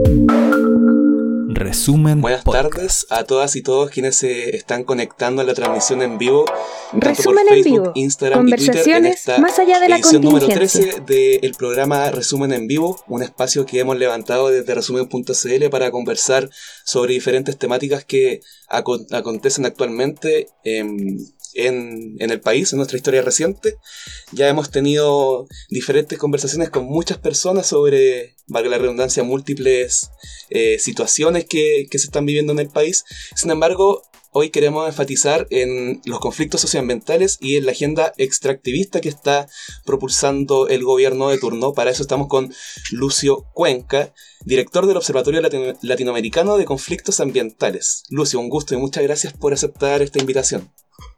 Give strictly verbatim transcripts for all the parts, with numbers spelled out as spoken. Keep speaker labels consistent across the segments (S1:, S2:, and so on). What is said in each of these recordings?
S1: Resumen
S2: Buenas
S1: Podcast.
S2: tardes a todas y todos quienes se están conectando a la transmisión en vivo, tanto
S3: Resumen
S2: por
S3: en
S2: Facebook,
S3: vivo.
S2: Instagram y Twitter, en
S3: Conversaciones
S2: esta
S3: más allá de la
S2: edición número
S3: contingencia.
S2: trece del programa Resumen en Vivo, un espacio que hemos levantado desde resumen punto c l para conversar sobre diferentes temáticas que aco- acontecen actualmente en, en, en el país, en nuestra historia reciente. Ya hemos tenido diferentes conversaciones con muchas personas sobre, valga la redundancia, múltiples eh, situaciones que, que se están viviendo en el país. Sin embargo, hoy queremos enfatizar en los conflictos socioambientales y en la agenda extractivista que está propulsando el gobierno de turno. Para eso estamos con Lucio Cuenca, director del Observatorio Latino- Latinoamericano de Conflictos Ambientales. Lucio, un gusto y muchas gracias por aceptar esta invitación.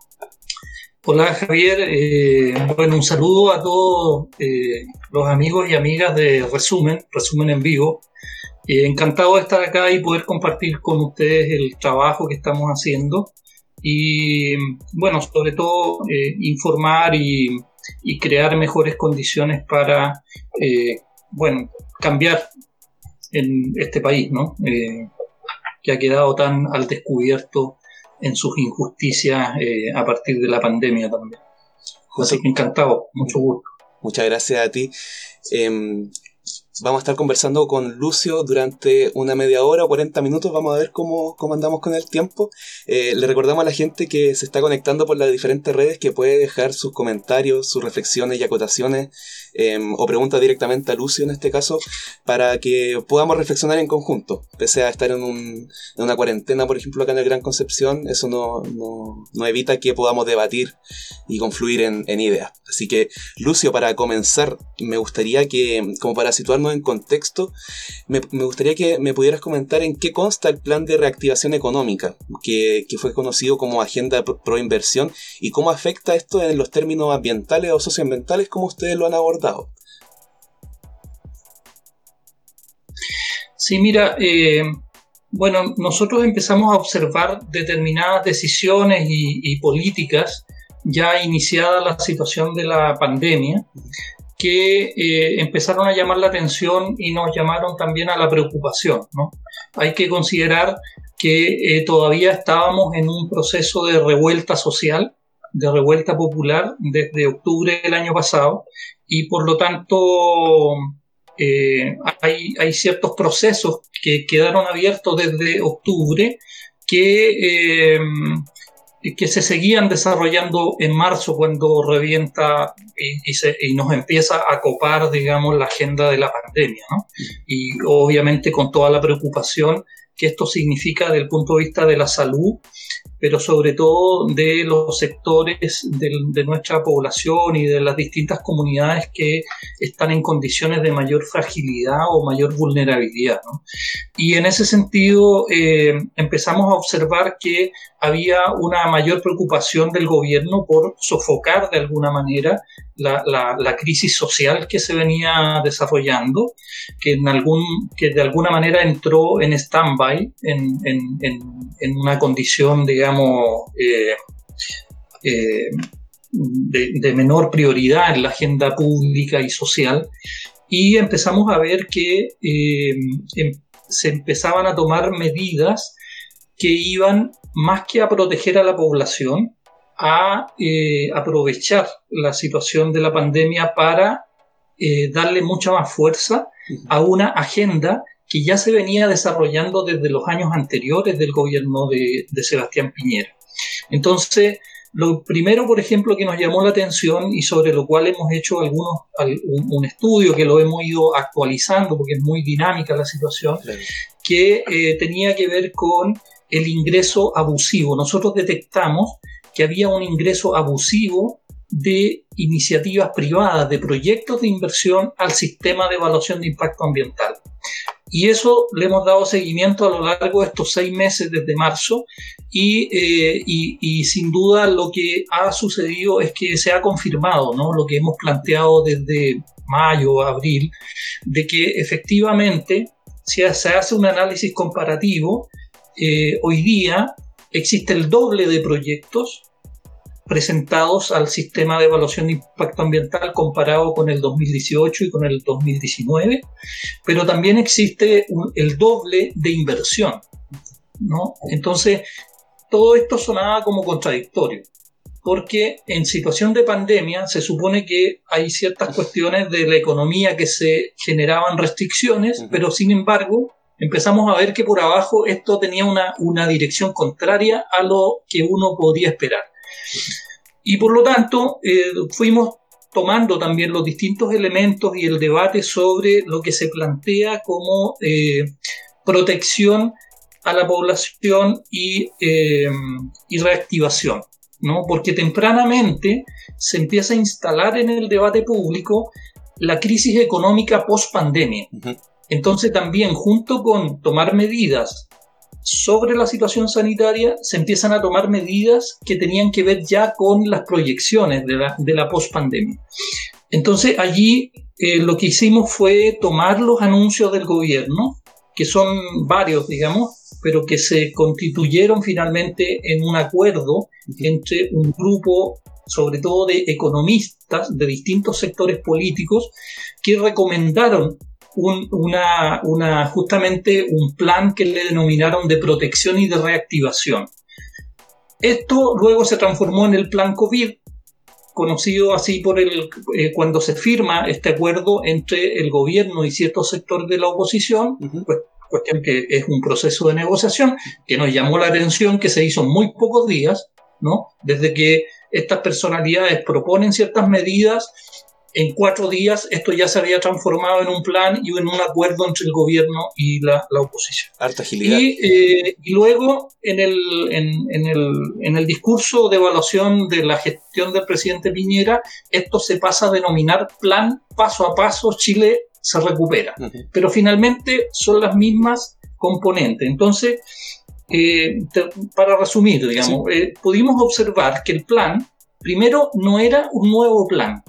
S4: Hola Javier, eh, bueno, un saludo a todos eh, los amigos y amigas de Resumen, Resumen en Vivo. Eh, encantado de estar acá y poder compartir con ustedes el trabajo que estamos haciendo y, bueno, sobre todo eh, informar y, y crear mejores condiciones para, eh, bueno, cambiar en este país, ¿no? Eh, que ha quedado tan al descubierto en sus injusticias eh, a partir de la pandemia también. Así que encantado, mucho gusto.
S2: Muchas gracias a ti. Eh, vamos a estar conversando con Lucio durante una media hora o cuarenta minutos. Vamos a ver cómo, cómo andamos con el tiempo. Eh, le recordamos a la gente que se está conectando por las diferentes redes que puede dejar sus comentarios, sus reflexiones y acotaciones eh, o preguntas directamente a Lucio en este caso, para que podamos reflexionar en conjunto. Pese a estar en, un, en una cuarentena, por ejemplo, acá en el Gran Concepción, eso no, no, no evita que podamos debatir y confluir en, en ideas. Así que, Lucio, para comenzar, me gustaría que, como para situarnos en contexto, me, me gustaría que me pudieras comentar en qué consta el plan de reactivación económica, que, que fue conocido como Agenda Pro, Pro Inversión, y cómo afecta esto en los términos ambientales o socioambientales, como ustedes lo han abordado.
S4: Sí, mira, eh, bueno, nosotros empezamos a observar determinadas decisiones y, y políticas ya iniciada la situación de la pandemia, que eh, empezaron a llamar la atención y nos llamaron también a la preocupación, ¿no? Hay que considerar que eh, todavía estábamos en un proceso de revuelta social, de revuelta popular desde octubre del año pasado, y por lo tanto eh, hay, hay ciertos procesos que quedaron abiertos desde octubre que... Eh, que se seguían desarrollando en marzo cuando revienta y, y, se, y nos empieza a copar, digamos, la agenda de la pandemia, ¿no? Y obviamente con toda la preocupación que esto significa desde el punto de vista de la salud, pero sobre todo de los sectores de, de nuestra población y de las distintas comunidades que están en condiciones de mayor fragilidad o mayor vulnerabilidad, ¿no? Y en ese sentido eh, empezamos a observar que había una mayor preocupación del gobierno por sofocar de alguna manera la, la, la crisis social que se venía desarrollando, que, en algún, que de alguna manera entró en stand-by, en, en, en, en una condición, digamos, eh, eh, de, de menor prioridad en la agenda pública y social, y empezamos a ver que eh, em, se empezaban a tomar medidas que iban más que a proteger a la población, a eh, aprovechar la situación de la pandemia para eh, darle mucha más fuerza a una agenda que ya se venía desarrollando desde los años anteriores del gobierno de, de Sebastián Piñera. Entonces, lo primero, por ejemplo, que nos llamó la atención y sobre lo cual hemos hecho algunos, un, un estudio que lo hemos ido actualizando porque es muy dinámica la situación, sí, que eh, tenía que ver con el ingreso abusivo. Nosotros detectamos que había un ingreso abusivo de iniciativas privadas, de proyectos de inversión al sistema de evaluación de impacto ambiental. Y eso le hemos dado seguimiento a lo largo de estos seis meses desde marzo y, eh, y, y sin duda lo que ha sucedido es que se ha confirmado, ¿no?, lo que hemos planteado desde mayo, abril, de que efectivamente si se hace un análisis comparativo, eh, hoy día existe el doble de proyectos presentados al sistema de evaluación de impacto ambiental comparado con el dos mil dieciocho y con el dos mil diecinueve, pero también existe un, el doble de inversión, ¿no? Entonces, todo esto sonaba como contradictorio, porque en situación de pandemia se supone que hay ciertas cuestiones de la economía que se generaban restricciones, uh-huh. pero sin embargo empezamos a ver que por abajo esto tenía una, una dirección contraria a lo que uno podía esperar. Y por lo tanto eh, fuimos tomando también los distintos elementos y el debate sobre lo que se plantea como eh, protección a la población y, eh, y reactivación, ¿no? Porque tempranamente se empieza a instalar en el debate público la crisis económica post-pandemia. Uh-huh. Entonces también, junto con tomar medidas sobre la situación sanitaria, se empiezan a tomar medidas que tenían que ver ya con las proyecciones de la, de la post-pandemia. Entonces allí eh, lo que hicimos fue tomar los anuncios del gobierno, que son varios, digamos, pero que se constituyeron finalmente en un acuerdo entre un grupo, sobre todo de economistas de distintos sectores políticos, que recomendaron un, una, una, justamente un plan que le denominaron de protección y de reactivación. Esto luego se transformó en el Plan COVID, conocido así por el eh, cuando se firma este acuerdo entre el gobierno y ciertos sectores de la oposición, uh-huh. pues, cuestión que es un proceso de negociación que nos llamó la atención, que se hizo en muy pocos días, ¿no? Desde que estas personalidades proponen ciertas medidas, en cuatro días esto ya se había transformado en un plan y en un acuerdo entre el gobierno y la, la oposición.
S2: Harta agilidad.
S4: Y, eh, y luego en el, en, en, el, en el discurso de evaluación de la gestión del presidente Piñera, esto se pasa a denominar Plan Paso a Paso Chile se recupera, uh-huh. pero finalmente son las mismas componentes. Entonces, eh, te, para resumir, digamos, sí. eh, pudimos observar que el plan, primero, no era un nuevo plan,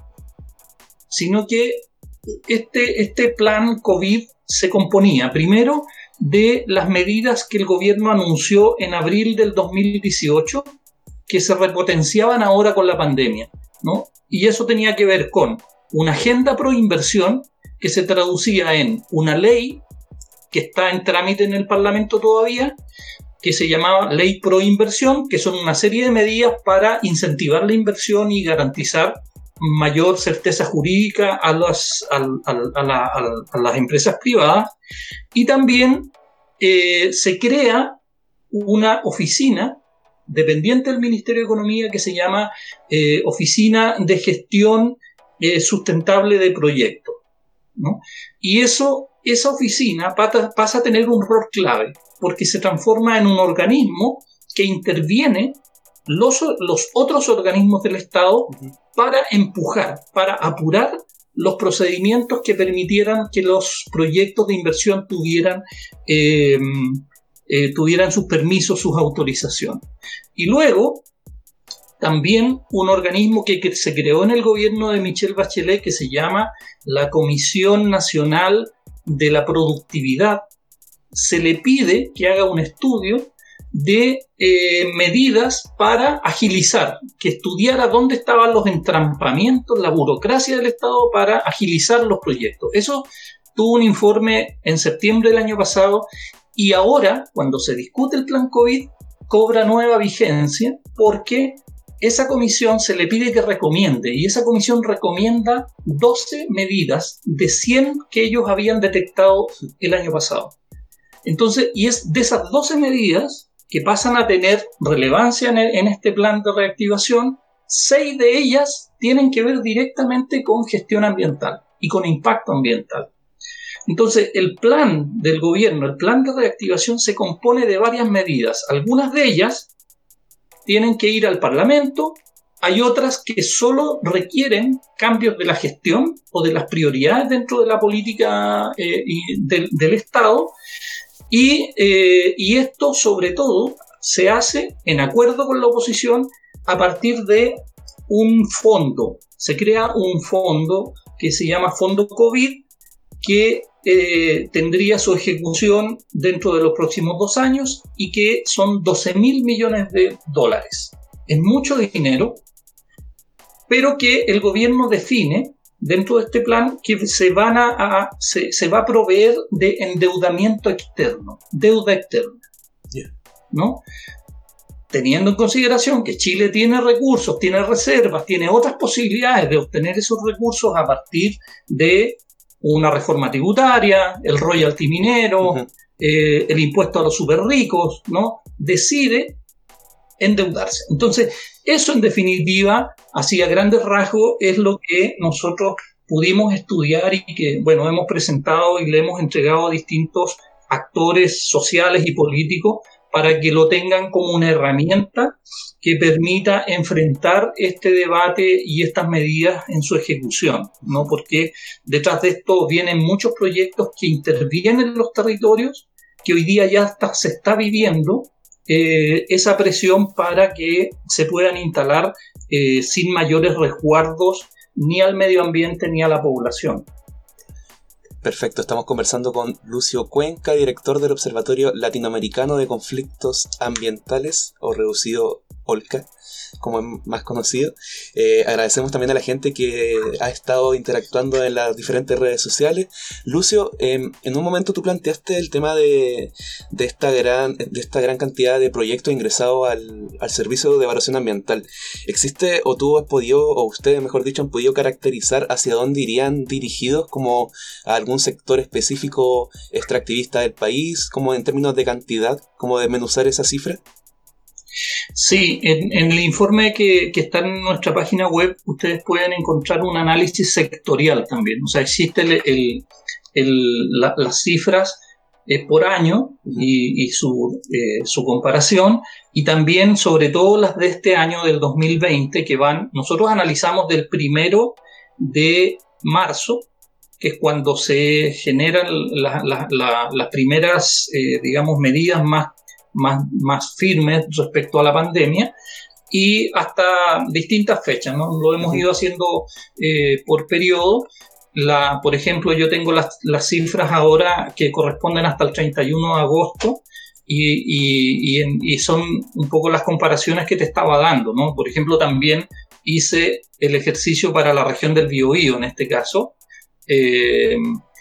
S4: sino que este, este plan COVID se componía, primero, de las medidas que el gobierno anunció en abril del dos mil dieciocho, que se repotenciaban ahora con la pandemia, ¿no? Y eso tenía que ver con una agenda pro inversión, que se traducía en una ley que está en trámite en el Parlamento todavía, que se llamaba Ley Pro Inversión, que son una serie de medidas para incentivar la inversión y garantizar mayor certeza jurídica a las, a, a, a, la, a, a las empresas privadas. Y también eh, se crea una oficina dependiente del Ministerio de Economía que se llama eh, Oficina de Gestión eh, Sustentable de Proyectos, ¿no? Y eso, esa oficina pasa, pasa a tener un rol clave, porque se transforma en un organismo que interviene los, los otros organismos del Estado uh-huh. para empujar, para apurar los procedimientos que permitieran que los proyectos de inversión tuvieran, eh, eh, tuvieran sus permisos, sus autorizaciones. Y luego también un organismo que, que se creó en el gobierno de Michelle Bachelet, que se llama la Comisión Nacional de la Productividad, se le pide que haga un estudio de eh, medidas para agilizar, que estudiara dónde estaban los entrampamientos, la burocracia del Estado para agilizar los proyectos. Eso tuvo un informe en septiembre del año pasado y ahora, cuando se discute el plan COVID, cobra nueva vigencia porque esa comisión se le pide que recomiende, y esa comisión recomienda doce medidas de cien que ellos habían detectado el año pasado. Entonces, y es de esas doce medidas que pasan a tener relevancia en, el, en este plan de reactivación, seis de ellas tienen que ver directamente con gestión ambiental y con impacto ambiental. Entonces, el plan del gobierno, el plan de reactivación, se compone de varias medidas. Algunas de ellas tienen que ir al Parlamento, hay otras que solo requieren cambios de la gestión o de las prioridades dentro de la política eh, y del, del Estado, y, eh, y esto sobre todo se hace en acuerdo con la oposición a partir de un fondo. Se crea un fondo que se llama Fondo COVID, que eh, tendría su ejecución dentro de los próximos dos años y que son doce mil millones de dólares. Es mucho dinero, pero que el gobierno define dentro de este plan que se, van a, a, se, se va a proveer de endeudamiento externo, deuda externa, yeah. ¿no? Teniendo en consideración que Chile tiene recursos, tiene reservas, tiene otras posibilidades de obtener esos recursos a partir de una reforma tributaria, el royalty minero, uh-huh. eh, el impuesto a los superricos, ¿no? Decide endeudarse. Entonces, eso en definitiva, así a grandes rasgos, es lo que nosotros pudimos estudiar y que, bueno, hemos presentado y le hemos entregado a distintos actores sociales y políticos para que lo tengan como una herramienta que permita enfrentar este debate y estas medidas en su ejecución, ¿no? Porque detrás de esto vienen muchos proyectos que intervienen en los territorios, que hoy día ya está, se está viviendo eh, esa presión para que se puedan instalar eh, sin mayores resguardos ni al medio ambiente ni a la población.
S2: Perfecto, estamos conversando con Lucio Cuenca, director del Observatorio Latinoamericano de Conflictos Ambientales, o reducido OLCA, como es más conocido. Eh, agradecemos también a la gente que ha estado interactuando en las diferentes redes sociales. Lucio, eh, en un momento tú planteaste el tema de, de, esta, gran, de esta gran cantidad de proyectos ingresados al, al Servicio de Evaluación Ambiental. ¿Existe, o tú has podido, o ustedes mejor dicho, han podido caracterizar hacia dónde irían dirigidos, como a algún sector específico extractivista del país, como en términos de cantidad, como desmenuzar esa cifra?
S4: Sí, en, en el informe que, que está en nuestra página web ustedes pueden encontrar un análisis sectorial también. O sea, existe el, el, el, la, las cifras eh, por año y, y su, eh, su comparación, y también sobre todo las de este año del dos mil veinte que van, nosotros analizamos del primero de marzo, que es cuando se generan la, la, la, las primeras, eh, digamos, medidas más Más, más firmes respecto a la pandemia, y hasta distintas fechas, ¿no? Lo hemos ido haciendo eh, por periodo. La, por ejemplo, yo tengo las, las cifras ahora que corresponden hasta el treinta y uno de agosto y, y, y, en, y son un poco las comparaciones que te estaba dando, ¿no? Por ejemplo, también hice el ejercicio para la región del Biobío, en este caso, eh,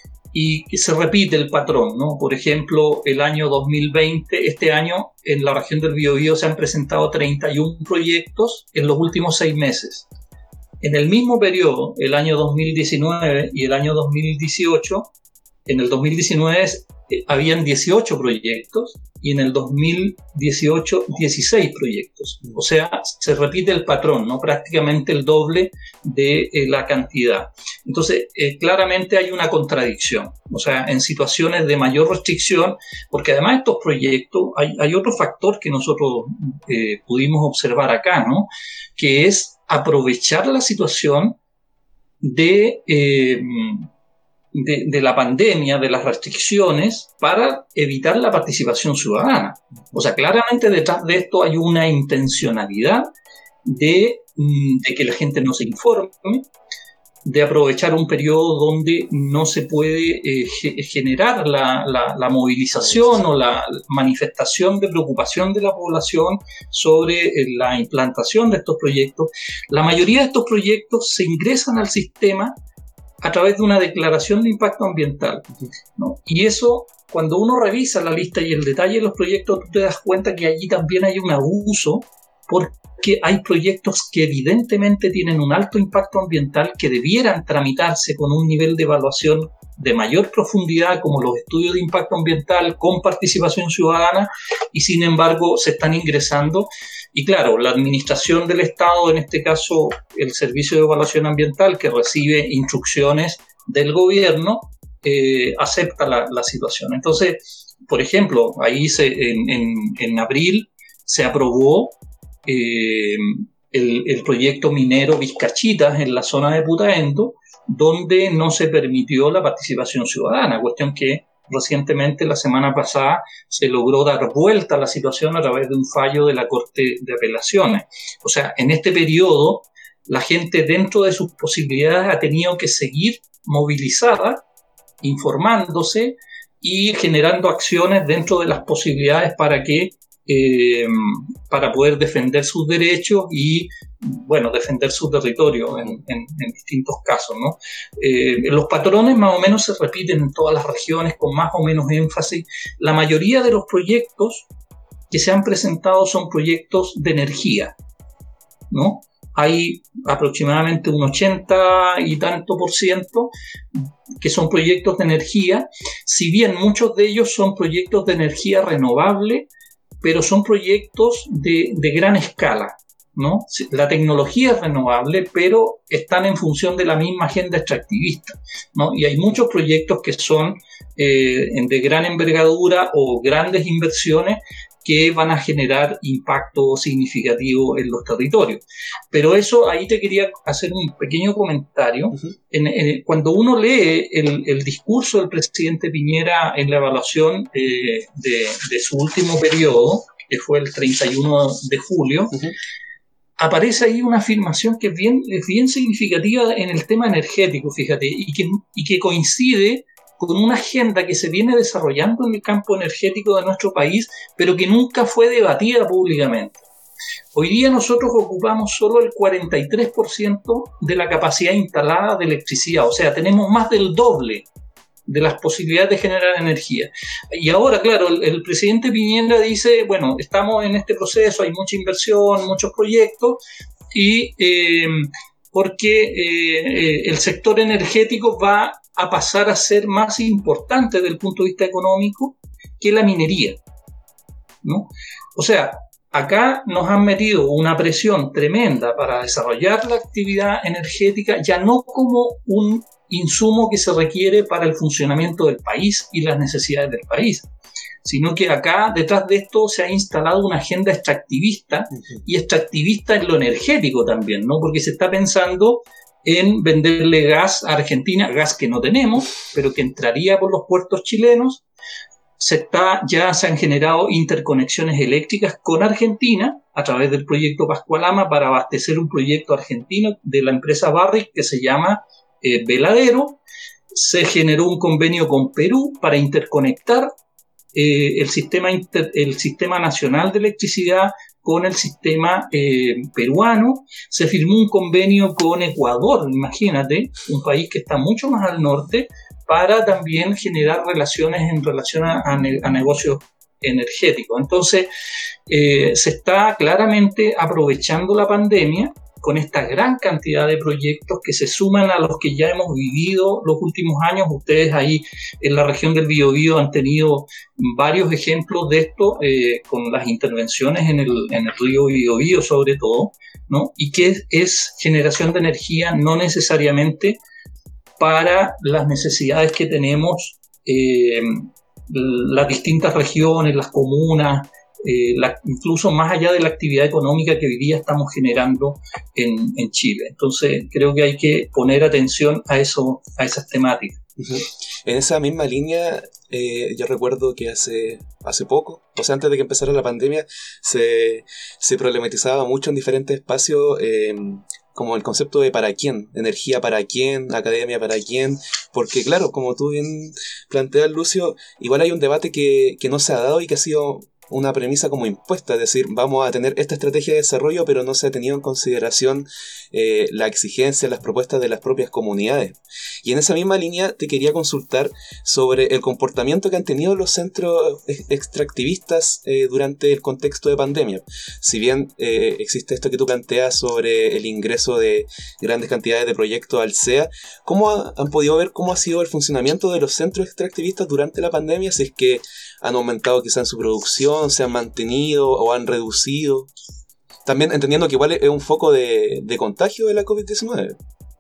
S4: y se repite el patrón, ¿no? Por ejemplo, el año dos mil veinte, este año en la región del Biobío se han presentado treinta y uno proyectos en los últimos seis meses. En el mismo periodo, el año dos mil diecinueve y el año dos mil dieciocho, en el dos mil diecinueve eh, habían dieciocho proyectos y en el dos mil dieciocho dieciséis proyectos. O sea, se repite el patrón, ¿no? Prácticamente el doble de eh, la cantidad. Entonces, eh, claramente hay una contradicción. O sea, en situaciones de mayor restricción, porque además estos proyectos, hay, hay otro factor que nosotros eh, pudimos observar acá, ¿no? Que es aprovechar la situación de... Eh, De, de la pandemia, de las restricciones, para evitar la participación ciudadana. O sea, claramente detrás de esto hay una intencionalidad de, de que la gente no se informe, de aprovechar un periodo donde no se puede eh, generar la, la, la movilización o la manifestación de preocupación de la población sobre eh, la implantación de estos proyectos. La mayoría de estos proyectos se ingresan al sistema a través de una declaración de impacto ambiental, ¿no? Y eso, cuando uno revisa la lista y el detalle de los proyectos, tú te das cuenta que allí también hay un abuso, porque hay proyectos que evidentemente tienen un alto impacto ambiental que debieran tramitarse con un nivel de evaluación de mayor profundidad, como los estudios de impacto ambiental con participación ciudadana, y sin embargo se están ingresando. Y claro, la administración del Estado, en este caso el Servicio de Evaluación Ambiental, que recibe instrucciones del gobierno, eh, acepta la, la situación. Entonces, por ejemplo, ahí se, en, en, en abril se aprobó eh, el, el proyecto minero Vizcachitas en la zona de Putaendo, donde no se permitió la participación ciudadana, cuestión que recientemente, la semana pasada, se logró dar vuelta a la situación a través de un fallo de la Corte de Apelaciones. O sea, en este periodo, la gente dentro de sus posibilidades ha tenido que seguir movilizada, informándose y generando acciones dentro de las posibilidades para que eh, para poder defender sus derechos y, bueno, defender su territorio en, en, en distintos casos, ¿no? Eh, los patrones más o menos se repiten en todas las regiones con más o menos énfasis. La mayoría de los proyectos que se han presentado son proyectos de energía, ¿no? Hay aproximadamente un ochenta y tanto por ciento que son proyectos de energía, si bien muchos de ellos son proyectos de energía renovable, pero son proyectos de, de gran escala, ¿no? La tecnología es renovable, pero están en función de la misma agenda extractivista, ¿no? Y hay muchos proyectos que son eh, de gran envergadura o grandes inversiones que van a generar impacto significativo en los territorios. Pero eso, ahí te quería hacer un pequeño comentario. Uh-huh. En, en, cuando uno lee el, el discurso del presidente Piñera en la evaluación eh, de, de su último periodo, que fue el treinta y uno de julio, uh-huh. aparece ahí una afirmación que es bien, es bien significativa en el tema energético, fíjate, y que, y que coincide con una agenda que se viene desarrollando en el campo energético de nuestro país, pero que nunca fue debatida públicamente. Hoy día nosotros ocupamos solo el cuarenta y tres por ciento de la capacidad instalada de electricidad, o sea, tenemos más del doble de las posibilidades de generar energía. Y ahora, claro, el, el presidente Piñera dice, bueno, estamos en este proceso, hay mucha inversión, muchos proyectos, y eh, porque eh, eh, el sector energético va a pasar a ser más importante desde el punto de vista económico que la minería, ¿no? O sea, acá nos han metido una presión tremenda para desarrollar la actividad energética, ya no como un insumo que se requiere para el funcionamiento del país y las necesidades del país, sino que acá detrás de esto se ha instalado una agenda extractivista, uh-huh. y extractivista en lo energético también, ¿no? Porque se está pensando en venderle gas a Argentina, gas que no tenemos, pero que entraría por los puertos chilenos. Se está, ya se han generado interconexiones eléctricas con Argentina a través del proyecto Pascualama para abastecer un proyecto argentino de la empresa Barrick que se llama eh, Veladero. Se generó un convenio con Perú para interconectar eh, el, sistema inter, el sistema nacional de electricidad con el sistema eh, peruano. Se firmó un convenio con Ecuador, imagínate, un país que está mucho más al norte, para también generar relaciones en relación a, a, ne- a negocios energéticos. Entonces, eh, se está claramente aprovechando la pandemia con esta gran cantidad de proyectos que se suman a los que ya hemos vivido los últimos años. Ustedes ahí en la región del Biobío han tenido varios ejemplos de esto, eh, con las intervenciones en el, en el río Biobío sobre todo, ¿no? Y que es, es generación de energía no necesariamente para las necesidades que tenemos eh, las distintas regiones, las comunas, eh, la, incluso más allá de la actividad económica que hoy día estamos generando en, en Chile. Entonces creo que hay que poner atención a eso, a esas temáticas.
S2: Uh-huh. En esa misma línea, eh, yo recuerdo que hace, hace poco, o sea, antes de que empezara la pandemia, se, se problematizaba mucho en diferentes espacios eh, como el concepto de para quién, energía para quién, academia para quién, porque claro, como tú bien planteas, Lucio, igual hay un debate que, que no se ha dado y que ha sido una premisa como impuesta, es decir, vamos a tener esta estrategia de desarrollo, pero no se ha tenido en consideración eh, la exigencia, las propuestas de las propias comunidades. Y en esa misma línea te quería consultar sobre el comportamiento que han tenido los centros extractivistas eh, durante el contexto de pandemia. Si bien eh, existe esto que tú planteas sobre el ingreso de grandes cantidades de proyectos al C E A, ¿cómo ha, han podido ver cómo ha sido el funcionamiento de los centros extractivistas durante la pandemia? Si es que han aumentado quizá en su producción, se han mantenido o han reducido. También entendiendo que igual es un foco de, de contagio de la covid diecinueve.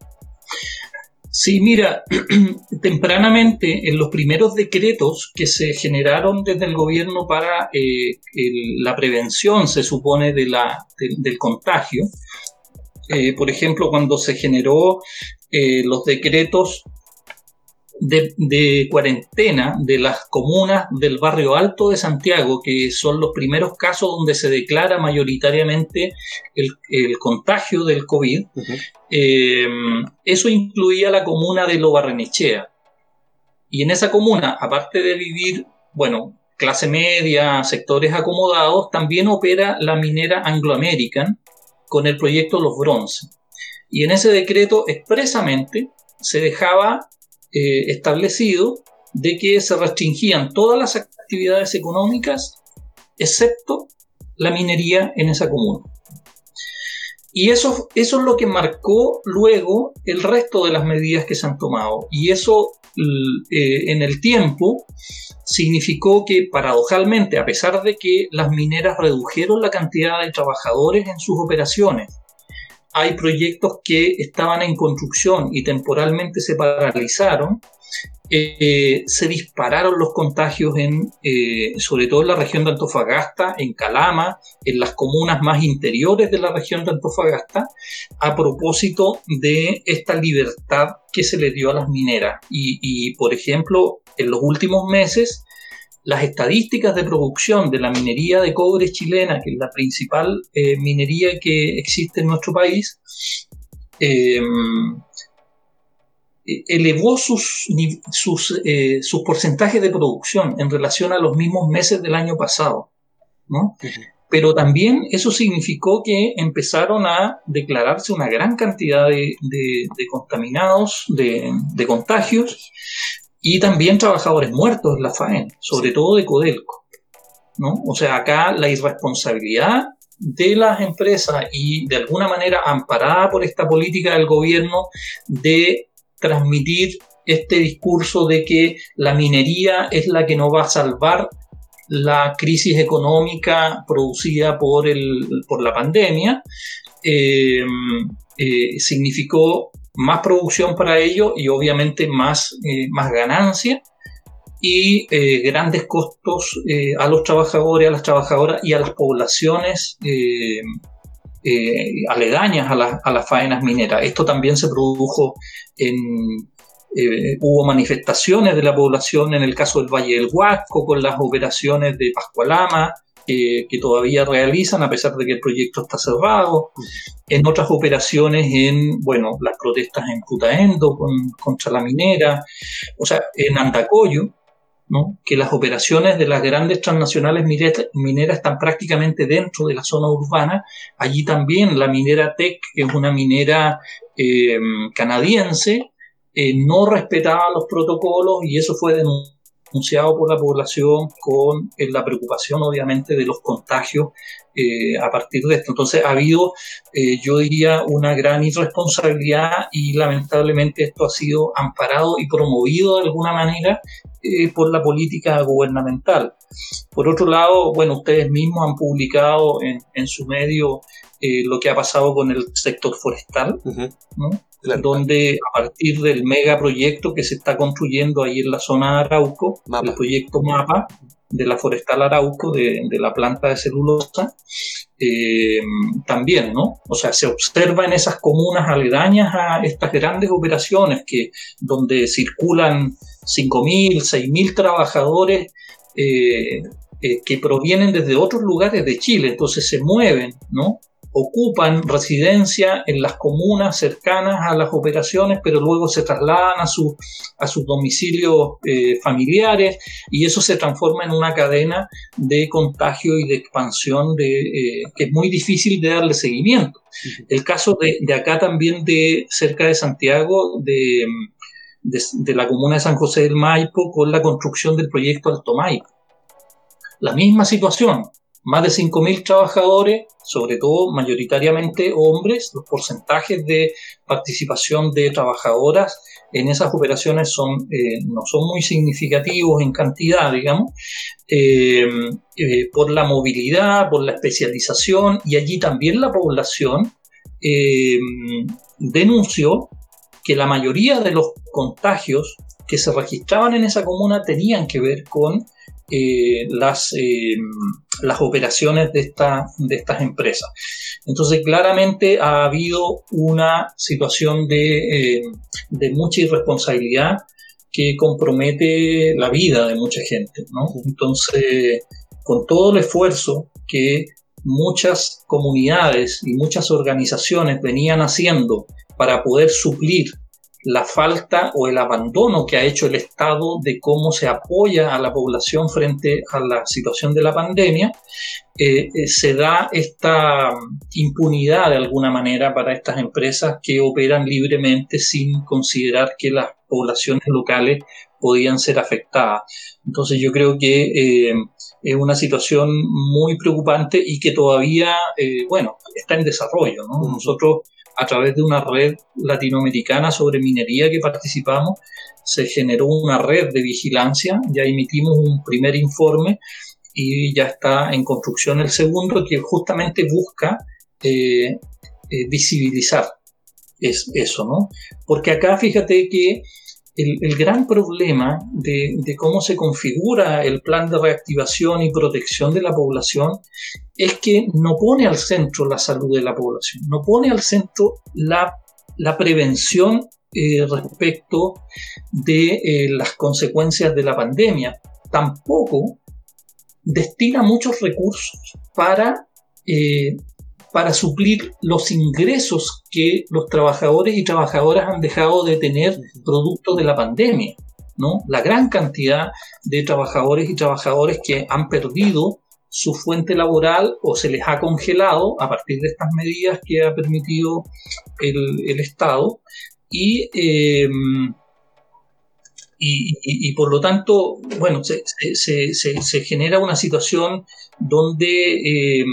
S4: Sí, mira, tempranamente en los primeros decretos que se generaron desde el gobierno para eh, el, la prevención, se supone, de la, de, del contagio, eh, por ejemplo, cuando se generó eh, los decretos De, de cuarentena de las comunas del barrio Alto de Santiago, que son los primeros casos donde se declara mayoritariamente el, el contagio del COVID, uh-huh. eh, eso incluía la comuna de Lo Barrenechea. Y en esa comuna, aparte de vivir, bueno, clase media, sectores acomodados, también opera la minera Anglo American con el proyecto Los Bronce. Y en ese decreto expresamente se dejaba eh, establecido de que se restringían todas las actividades económicas excepto la minería en esa comuna. Y eso, eso es lo que marcó luego el resto de las medidas que se han tomado. Y eso eh, en el tiempo significó que, paradojalmente, a pesar de que las mineras redujeron la cantidad de trabajadores en sus operaciones, hay proyectos que estaban en construcción y temporalmente se paralizaron, eh, se dispararon los contagios en, eh, sobre todo en la región de Antofagasta, en Calama, en las comunas más interiores de la región de Antofagasta, a propósito de esta libertad que se le dio a las mineras. Y, y por ejemplo, en los últimos meses, las estadísticas de producción de la minería de cobre chilena, que es la principal eh, minería que existe en nuestro país, eh, elevó sus, sus, eh, sus porcentajes de producción en relación a los mismos meses del año pasado, ¿no? Uh-huh. Pero también eso significó que empezaron a declararse una gran cantidad de, de, de contaminados, de, de contagios, y también trabajadores muertos en la faena, sobre sí. todo de Codelco, ¿no? O sea, acá la irresponsabilidad de las empresas y de alguna manera amparada por esta política del gobierno de transmitir este discurso de que la minería es la que nos va a salvar la crisis económica producida por, el, por la pandemia, eh, eh, significó más producción para ellos y obviamente más, eh, más ganancia y eh, grandes costos eh, a los trabajadores, a las trabajadoras y a las poblaciones eh, eh, aledañas a, la, a las faenas mineras. Esto también se produjo en... Eh, hubo manifestaciones de la población en el caso del Valle del Huasco con las operaciones de Pascualama eh, que todavía realizan a pesar de que el proyecto está cerrado, en otras operaciones en, bueno, las protestas en Putaendo con, contra la minera, o sea, en Andacollo, ¿no? Que las operaciones de las grandes transnacionales mineras están prácticamente dentro de la zona urbana. Allí también la minera Teck, que es una minera eh, canadiense, Eh, no respetaba los protocolos y eso fue denunciado por la población con eh, la preocupación obviamente de los contagios eh, a partir de esto. Entonces ha habido, eh, yo diría, una gran irresponsabilidad y lamentablemente esto ha sido amparado y promovido de alguna manera eh, por la política gubernamental. Por otro lado, bueno, ustedes mismos han publicado en, en su medio eh, lo que ha pasado con el sector forestal, uh-huh. ¿no? Claro. Donde a partir del megaproyecto que se está construyendo ahí en la zona de Arauco, Mapa. El proyecto MAPA de la Forestal Arauco, de, de la planta de celulosa, eh, también, ¿no? O sea, se observa en esas comunas aledañas a estas grandes operaciones que, donde circulan cinco mil, seis mil trabajadores eh, eh, que provienen desde otros lugares de Chile, entonces se mueven, ¿no? Ocupan residencia en las comunas cercanas a las operaciones, pero luego se trasladan a, su, a sus domicilios eh, familiares y eso se transforma en una cadena de contagio y de expansión de, eh, que es muy difícil de darle seguimiento. Uh-huh. El caso de, de acá también, de cerca de Santiago, de, de, de la comuna de San José del Maipo, con la construcción del proyecto Alto Maipo. La misma situación. Más de cinco mil trabajadores, sobre todo mayoritariamente hombres. Los porcentajes de participación de trabajadoras en esas operaciones son, eh, no son muy significativos en cantidad, digamos, eh, eh, por la movilidad, por la especialización, y allí también la población eh, denunció que la mayoría de los contagios que se registraban en esa comuna tenían que ver con Eh, las, eh, las operaciones de, esta, de estas empresas. Entonces, claramente ha habido una situación de, eh, de mucha irresponsabilidad que compromete la vida de mucha gente, ¿no? Entonces, con todo el esfuerzo que muchas comunidades y muchas organizaciones venían haciendo para poder suplir la falta o el abandono que ha hecho el Estado de cómo se apoya a la población frente a la situación de la pandemia, eh, eh, se da esta impunidad de alguna manera para estas empresas que operan libremente sin considerar que las poblaciones locales podían ser afectadas. Entonces yo creo que eh, es una situación muy preocupante y que todavía, eh, bueno, está en desarrollo, ¿no? Nosotros, a través de una red latinoamericana sobre minería que participamos, se generó una red de vigilancia, ya emitimos un primer informe y ya está en construcción el segundo, que justamente busca eh, eh, visibilizar es, eso, ¿no? Porque acá fíjate que el, el gran problema de, de cómo se configura el plan de reactivación y protección de la población es que no pone al centro la salud de la población, no pone al centro la, la prevención eh, respecto de eh, las consecuencias de la pandemia. Tampoco destina muchos recursos para, eh, para suplir los ingresos que los trabajadores y trabajadoras han dejado de tener producto de la pandemia, ¿no? La gran cantidad de trabajadores y trabajadoras que han perdido su fuente laboral o se les ha congelado a partir de estas medidas que ha permitido el, el Estado y, eh, y, y, y por lo tanto, bueno, se, se, se, se genera una situación donde eh,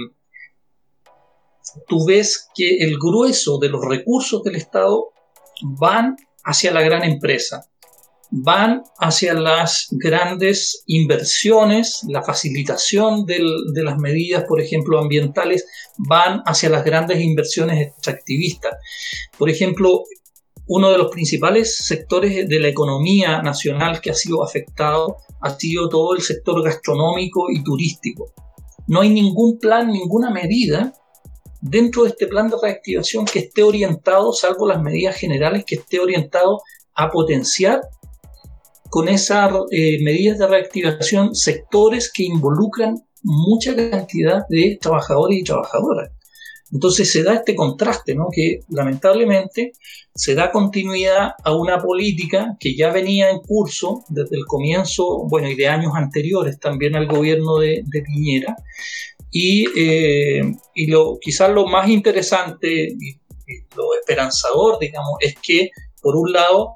S4: tú ves que el grueso de los recursos del Estado van hacia la gran empresa, van hacia las grandes inversiones, la facilitación del, de las medidas, por ejemplo, ambientales, van hacia las grandes inversiones extractivistas. Por ejemplo, uno de los principales sectores de la economía nacional que ha sido afectado ha sido todo el sector gastronómico y turístico. No hay ningún plan, ninguna medida dentro de este plan de reactivación que esté orientado, salvo las medidas generales, que esté orientado a potenciar con esas eh, medidas de reactivación sectores que involucran mucha cantidad de trabajadores y trabajadoras. Entonces se da este contraste, ¿no? Que lamentablemente se da continuidad a una política que ya venía en curso desde el comienzo, bueno, y de años anteriores también al gobierno de, de Piñera, y, eh, y lo, quizás lo más interesante y, y lo esperanzador, digamos, es que por un lado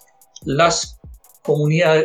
S4: las comunidades,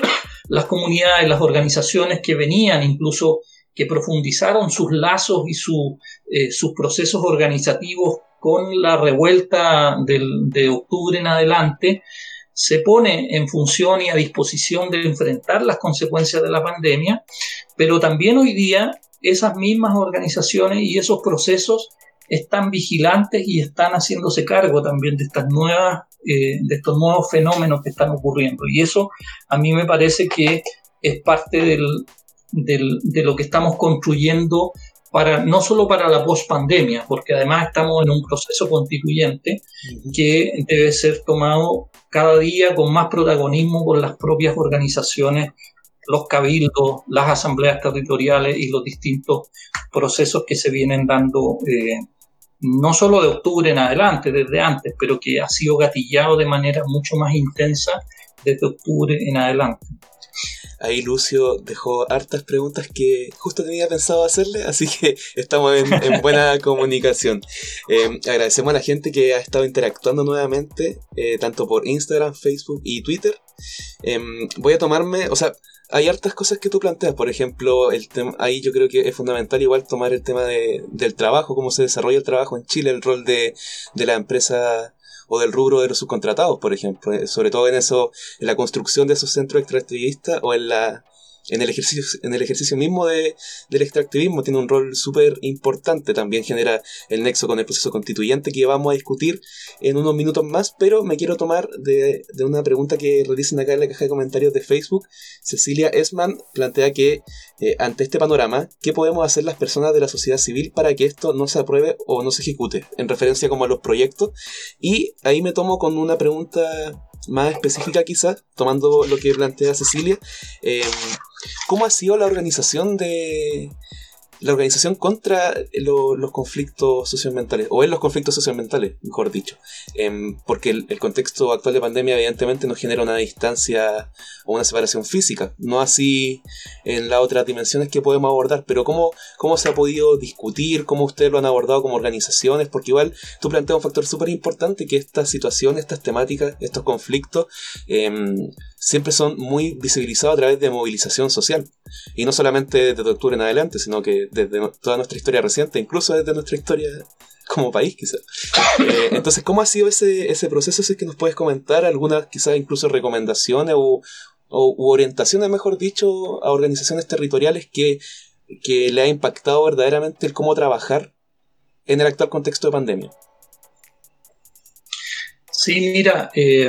S4: las comunidades, las organizaciones que venían, incluso que profundizaron sus lazos y su, eh, sus procesos organizativos con la revuelta del, de octubre en adelante, se pone en función y a disposición de enfrentar las consecuencias de la pandemia, pero también hoy día esas mismas organizaciones y esos procesos están vigilantes y están haciéndose cargo también de estas nuevas, eh, de estos nuevos fenómenos que están ocurriendo. Y eso a mí me parece que es parte del, del, de lo que estamos construyendo para, no solo para la post-pandemia, porque además estamos en un proceso constituyente que debe ser tomado cada día con más protagonismo por las propias organizaciones, los cabildos, las asambleas territoriales y los distintos procesos que se vienen dando eh, no solo de octubre en adelante, desde antes, pero que ha sido gatillado de manera mucho más intensa desde octubre en adelante.
S2: Ahí Lucio dejó hartas preguntas que justo tenía pensado hacerle, así que estamos en, en buena comunicación. Eh, agradecemos a la gente que ha estado interactuando nuevamente, eh, tanto por Instagram, Facebook y Twitter. Eh, voy a tomarme, o sea, hay hartas cosas que tú planteas, por ejemplo, el tema, ahí yo creo que es fundamental igual tomar el tema de, del trabajo, cómo se desarrolla el trabajo en Chile, el rol de, de la empresa o del rubro de los subcontratados, por ejemplo, sobre todo en eso, en la construcción de esos centros extractivistas o en la en el ejercicio en el ejercicio mismo de, del extractivismo tiene un rol súper importante. También genera el nexo con el proceso constituyente que vamos a discutir en unos minutos más, pero me quiero tomar de, de una pregunta que realizan acá en la caja de comentarios de Facebook. Cecilia Esman plantea que eh, ante este panorama, ¿qué podemos hacer las personas de la sociedad civil para que esto no se apruebe o no se ejecute? En referencia como a los proyectos. Y ahí me tomo con una pregunta más específica quizás, tomando lo que plantea Cecilia. eh, ¿Cómo ha sido la organización de la organización contra lo, los conflictos socioambientales, o en los conflictos socioambientales, mejor dicho. Eh, porque el, el contexto actual de pandemia evidentemente nos genera una distancia o una separación física, no así en las otras dimensiones que podemos abordar, pero ¿cómo, cómo se ha podido discutir? ¿Cómo ustedes lo han abordado como organizaciones? Porque igual tú planteas un factor súper importante, que estas situaciones, estas temáticas, estos conflictos eh, siempre son muy visibilizados a través de movilización social, y no solamente desde octubre en adelante, sino que desde toda nuestra historia reciente, incluso desde nuestra historia como país, quizás. Eh, entonces, ¿cómo ha sido ese, ese proceso? Si es que nos puedes comentar algunas, quizás incluso recomendaciones o, o u orientaciones, mejor dicho, a organizaciones territoriales que, que le ha impactado verdaderamente el cómo trabajar en el actual contexto de pandemia.
S4: Sí, mira, eh,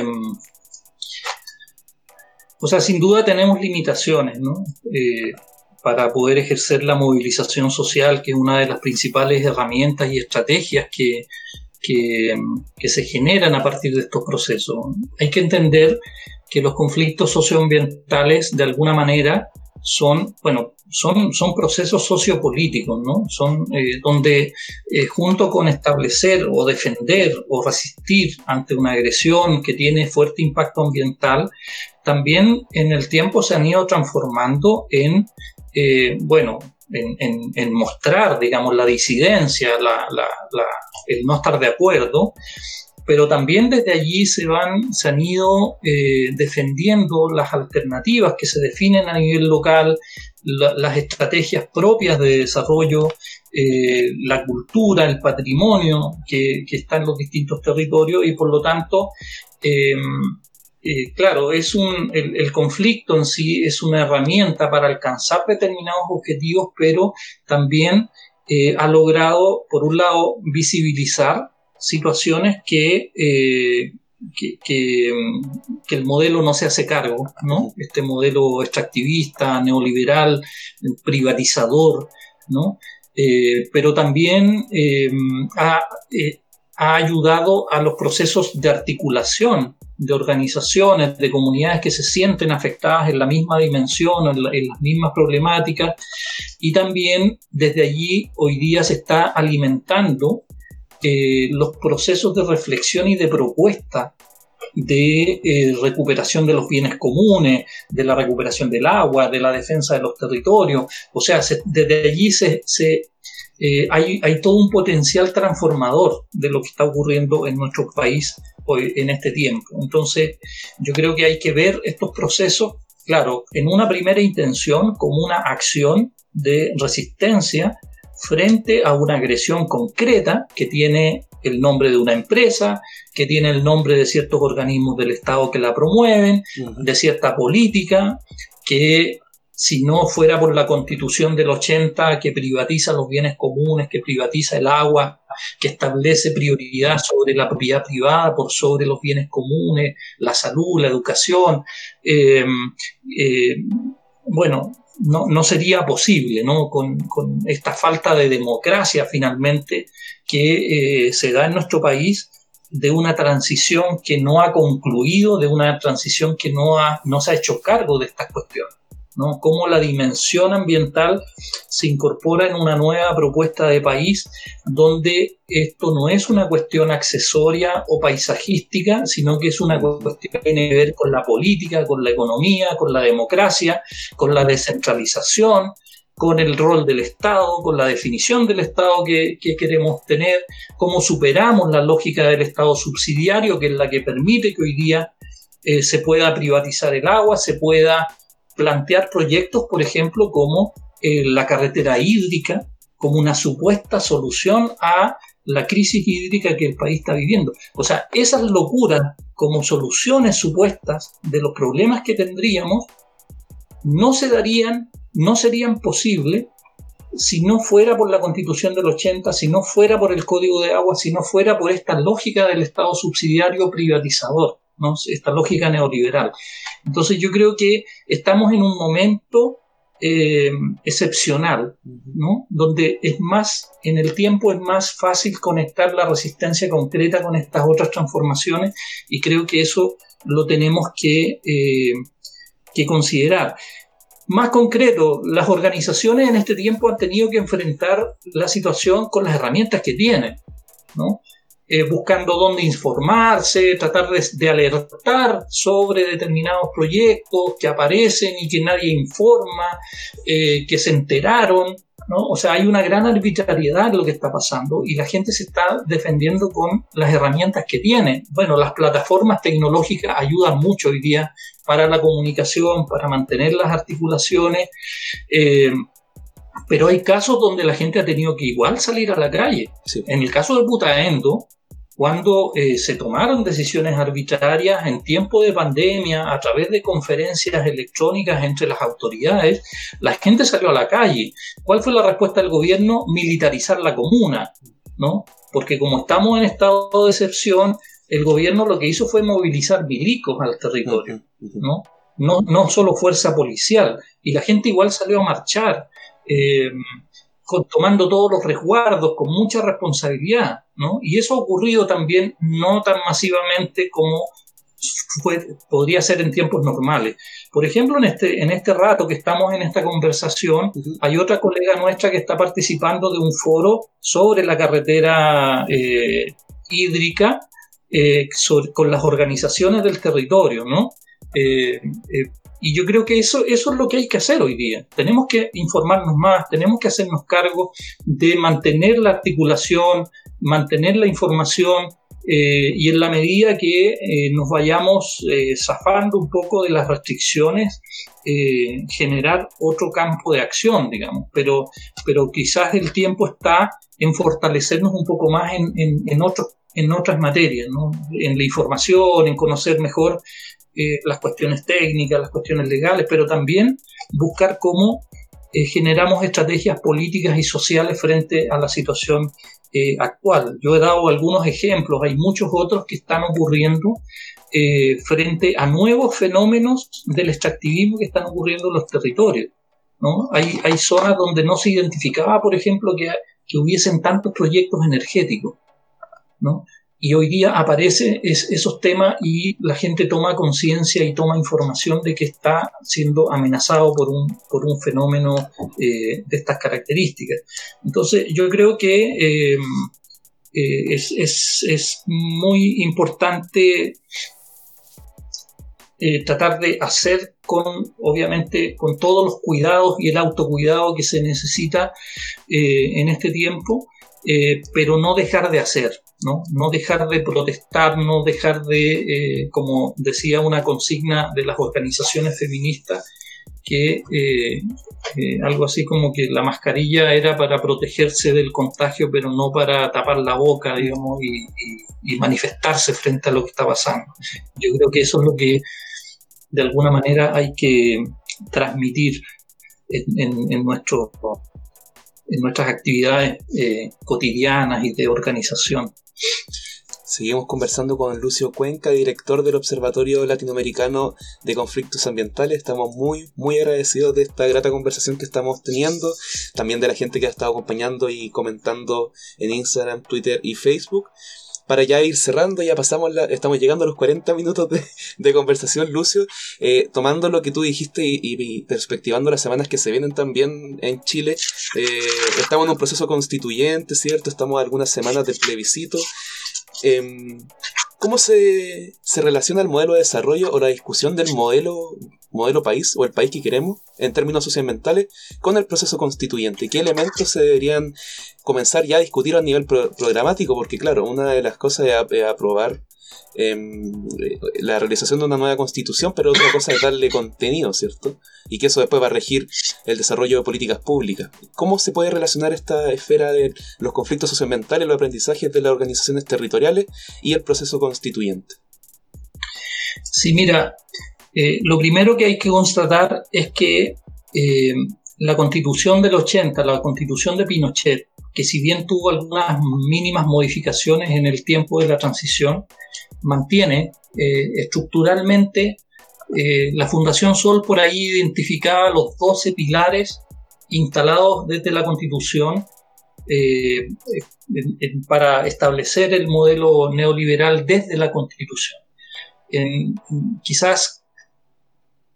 S4: o sea, sin duda tenemos limitaciones, ¿no? Eh, para poder ejercer la movilización social, que es una de las principales herramientas y estrategias que, que, que se generan a partir de estos procesos. Hay que entender que los conflictos socioambientales, de alguna manera, son, bueno, son, son procesos sociopolíticos, ¿no? Son eh, donde, eh, junto con establecer o defender o resistir ante una agresión que tiene fuerte impacto ambiental, también en el tiempo se han ido transformando en Eh, bueno, en, en, en mostrar, digamos, la disidencia, la, la, la, el no estar de acuerdo, pero también desde allí se, van, se han ido eh, defendiendo las alternativas que se definen a nivel local, la, las estrategias propias de desarrollo, eh, la cultura, el patrimonio que, que está en los distintos territorios, y por lo tanto, eh, Eh, claro, es un, el, el conflicto en sí es una herramienta para alcanzar determinados objetivos, pero también eh, ha logrado, por un lado, visibilizar situaciones que, eh, que, que, que el modelo no se hace cargo, ¿no? Este modelo extractivista, neoliberal, privatizador, ¿no? Eh, pero también eh, ha, eh, ha ayudado a los procesos de articulación de organizaciones, de comunidades que se sienten afectadas en la misma dimensión, en, la, en las mismas problemáticas, y también desde allí hoy día se está alimentando eh, los procesos de reflexión y de propuesta de eh, recuperación de los bienes comunes, de la recuperación del agua, de la defensa de los territorios. O sea, se, desde allí se, se eh, hay, hay todo un potencial transformador de lo que está ocurriendo en nuestro país hoy, en este tiempo. Entonces, yo creo que hay que ver estos procesos, claro, en una primera intención como una acción de resistencia frente a una agresión concreta que tiene el nombre de una empresa, que tiene el nombre de ciertos organismos del Estado que la promueven, uh-huh. de cierta política, que si no fuera por la Constitución del ochenta, que privatiza los bienes comunes, que privatiza el agua, que establece prioridad sobre la propiedad privada por sobre los bienes comunes, la salud, la educación, eh, eh, bueno, no, no sería posible, ¿no? Con, con esta falta de democracia finalmente que eh, se da en nuestro país, de una transición que no ha concluido, de una transición que no, ha, no se ha hecho cargo de estas cuestiones, ¿no? Cómo la dimensión ambiental se incorpora en una nueva propuesta de país donde esto no es una cuestión accesoria o paisajística, sino que es una cuestión que tiene que ver con la política, con la economía, con la democracia, con la descentralización, con el rol del Estado, con la definición del Estado que, que queremos tener, cómo superamos la lógica del Estado subsidiario, que es la que permite que hoy día eh, se pueda privatizar el agua, se pueda plantear proyectos, por ejemplo, como eh, la carretera hídrica, como una supuesta solución a la crisis hídrica que el país está viviendo. O sea, esas locuras como soluciones supuestas de los problemas que tendríamos no se darían, no serían posibles si no fuera por la Constitución del ochenta, si no fuera por el Código de Agua, si no fuera por esta lógica del Estado subsidiario privatizador, ¿no? Esta lógica neoliberal. Entonces yo creo que estamos en un momento eh, excepcional, ¿no? Donde es más, en el tiempo es más fácil conectar la resistencia concreta con estas otras transformaciones, y creo que eso lo tenemos que, eh, que considerar. más concreto, las organizaciones en este tiempo han tenido que enfrentar la situación con las herramientas que tienen, ¿no? Eh, buscando dónde informarse, tratar de, de alertar sobre determinados proyectos que aparecen y que nadie informa, eh, que se enteraron, ¿no? O sea, hay una gran arbitrariedad en lo que está pasando y la gente se está defendiendo con las herramientas que tiene. Bueno, las plataformas tecnológicas ayudan mucho hoy día para la comunicación, para mantener las articulaciones, eh, pero hay casos donde la gente ha tenido que igual salir a la calle. Sí. En el caso de Putaendo, cuando eh, se tomaron decisiones arbitrarias en tiempo de pandemia, a través de conferencias electrónicas entre las autoridades, la gente salió a la calle. ¿Cuál fue la respuesta del gobierno? Militarizar la comuna, ¿no? Porque como estamos en estado de excepción, el gobierno lo que hizo fue movilizar milicos al territorio, ¿no? No, no solo fuerza policial. Y la gente igual salió a marchar, eh, con, tomando todos los resguardos, con mucha responsabilidad, ¿no? Y eso ha ocurrido también no tan masivamente como fue, podría ser en tiempos normales. Por ejemplo, en este, en este rato que estamos en esta conversación, uh-huh. hay otra colega nuestra que está participando de un foro sobre la carretera eh, hídrica eh, sobre, con las organizaciones del territorio, ¿no? Eh, eh, y yo creo que eso, eso es lo que hay que hacer hoy día. Tenemos que informarnos más, tenemos que hacernos cargo de mantener la articulación, mantener la información, eh, y en la medida que eh, nos vayamos eh, zafando un poco de las restricciones, eh, generar otro campo de acción, digamos. Pero, pero quizás el tiempo está en fortalecernos un poco más en, en, en, otro, en otras materias, ¿no? En la información, en conocer mejor Eh, las cuestiones técnicas, las cuestiones legales, pero también buscar cómo eh, generamos estrategias políticas y sociales frente a la situación eh, actual. Yo he dado algunos ejemplos, hay muchos otros que están ocurriendo eh, frente a nuevos fenómenos del extractivismo que están ocurriendo en los territorios, ¿no? Hay, hay zonas donde no se identificaba, por ejemplo, que, que hubiesen tantos proyectos energéticos, ¿no? Y hoy día aparecen es, esos temas y la gente toma conciencia y toma información de que está siendo amenazado por un, por un fenómeno eh, de estas características. Entonces yo creo que eh, eh, es, es, es muy importante eh, tratar de hacer con, obviamente, con todos los cuidados y el autocuidado que se necesita eh, en este tiempo, eh, pero no dejar de hacer. ¿No? no dejar de protestar, no dejar de, eh, como decía una consigna de las organizaciones feministas, que eh, eh, algo así como que la mascarilla era para protegerse del contagio, pero no para tapar la boca, digamos, y, y, y manifestarse frente a lo que está pasando. Yo creo que eso es lo que de alguna manera hay que transmitir en, en, en nuestro en nuestras actividades eh, cotidianas y de organización.
S2: Seguimos conversando con Lucio Cuenca, director del Observatorio Latinoamericano de Conflictos Ambientales. Estamos muy, muy agradecidos de esta grata conversación que estamos teniendo, también de la gente que ha estado acompañando y comentando en Instagram, Twitter y Facebook. Para ya ir cerrando, ya pasamos la, estamos llegando a los cuarenta minutos de, de conversación, Lucio, eh, tomando lo que tú dijiste y, y perspectivando las semanas que se vienen también en Chile. Eh, estamos en un proceso constituyente, ¿cierto? Estamos a algunas semanas del plebiscito. Eh, ¿Cómo se, se relaciona el modelo de desarrollo o la discusión del modelo, modelo país o el país que queremos en términos socioambientales con el proceso constituyente? ¿Qué elementos se deberían comenzar ya a discutir a nivel pro- programático? Porque claro, una de las cosas es, a, es aprobar eh, la realización de una nueva constitución, pero otra cosa es darle contenido, ¿cierto? Y que eso después va a regir el desarrollo de políticas públicas. ¿Cómo se puede relacionar esta esfera de los conflictos socioambientales, los aprendizajes de las organizaciones territoriales y el proceso constituyente?
S4: Sí, mira, eh, lo primero que hay que constatar es que eh, la Constitución del ochenta, la Constitución de Pinochet, que si bien tuvo algunas mínimas modificaciones en el tiempo de la transición, mantiene eh, estructuralmente eh, la Fundación Sol por ahí identificaba los doce pilares instalados desde la Constitución eh, en, en, para establecer el modelo neoliberal desde la Constitución. En, quizás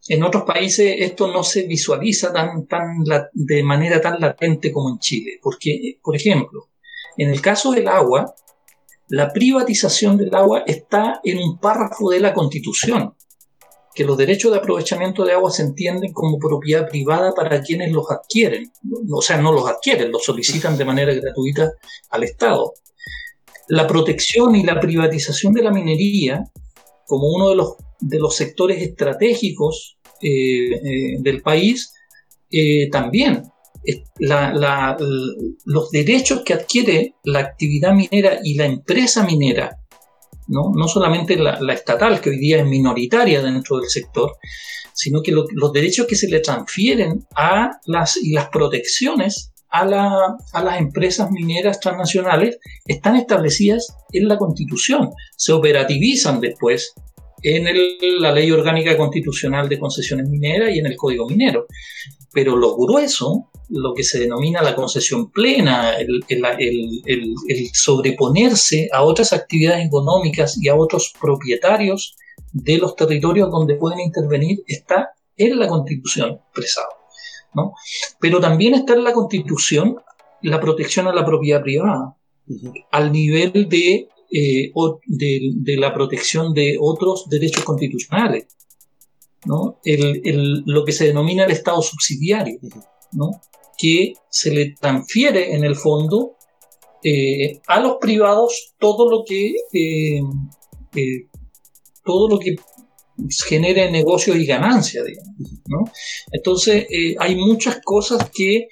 S4: En otros países esto no se visualiza tan, tan, de manera tan latente como en Chile. Porque, por ejemplo, en el caso del agua, la privatización del agua está en un párrafo de la Constitución, que los derechos de aprovechamiento de agua se entienden como propiedad privada para quienes los adquieren. O sea, no los adquieren, los solicitan de manera gratuita al Estado. La protección y la privatización de la minería, como uno de los, de los sectores estratégicos eh, eh, del país, eh, también. La, la, los derechos que adquiere la actividad minera y la empresa minera, no, no solamente la, la estatal, que hoy día es minoritaria dentro del sector, sino que lo, los derechos que se le transfieren a las, y las protecciones a, la, a las empresas mineras transnacionales están establecidas en la Constitución, se operativizan después en el, la Ley Orgánica Constitucional de Concesiones Mineras y en el Código Minero. Pero lo grueso, lo que se denomina la concesión plena, el, el, el, el, el sobreponerse a otras actividades económicas y a otros propietarios de los territorios donde pueden intervenir, está en la Constitución expresado, ¿no? Pero también está en la Constitución la protección a la propiedad privada, uh-huh. al nivel de, eh, de, de la protección de otros derechos constitucionales, ¿no? El, el, lo que se denomina el Estado subsidiario, ¿no? Que se le transfiere en el fondo eh, a los privados todo lo que eh, eh, todo lo que genere negocios y ganancias, digamos, ¿no? Entonces eh, hay muchas cosas que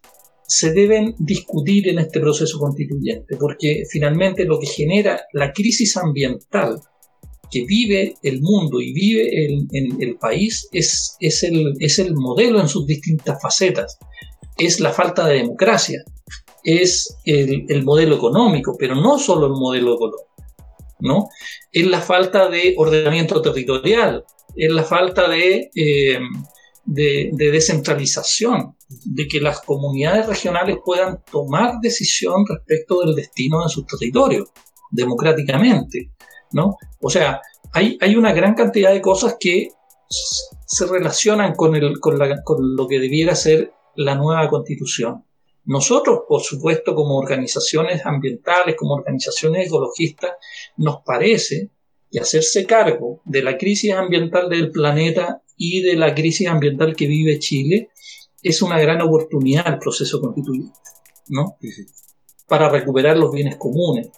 S4: se deben discutir en este proceso constituyente, porque finalmente lo que genera la crisis ambiental que vive el mundo y vive el, el, el país es, es, el, es el modelo en sus distintas facetas, es la falta de democracia, es el, el modelo económico, pero no solo el modelo económico, ¿no? Es la falta de ordenamiento territorial, es la falta de, eh, de, de descentralización, de que las comunidades regionales puedan tomar decisión respecto del destino de sus territorios democráticamente, ¿no? O sea, hay, hay una gran cantidad de cosas que se relacionan con, el, con, la, con lo que debiera ser la nueva Constitución. Nosotros, por supuesto, como organizaciones ambientales, como organizaciones ecologistas, nos parece que hacerse cargo de la crisis ambiental del planeta y de la crisis ambiental que vive Chile es una gran oportunidad al proceso constituyente, ¿no? Para recuperar los bienes comunes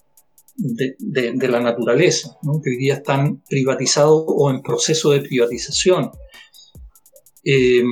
S4: de, de, de la naturaleza, ¿no? Que hoy día están privatizados o en proceso de privatización. Eh,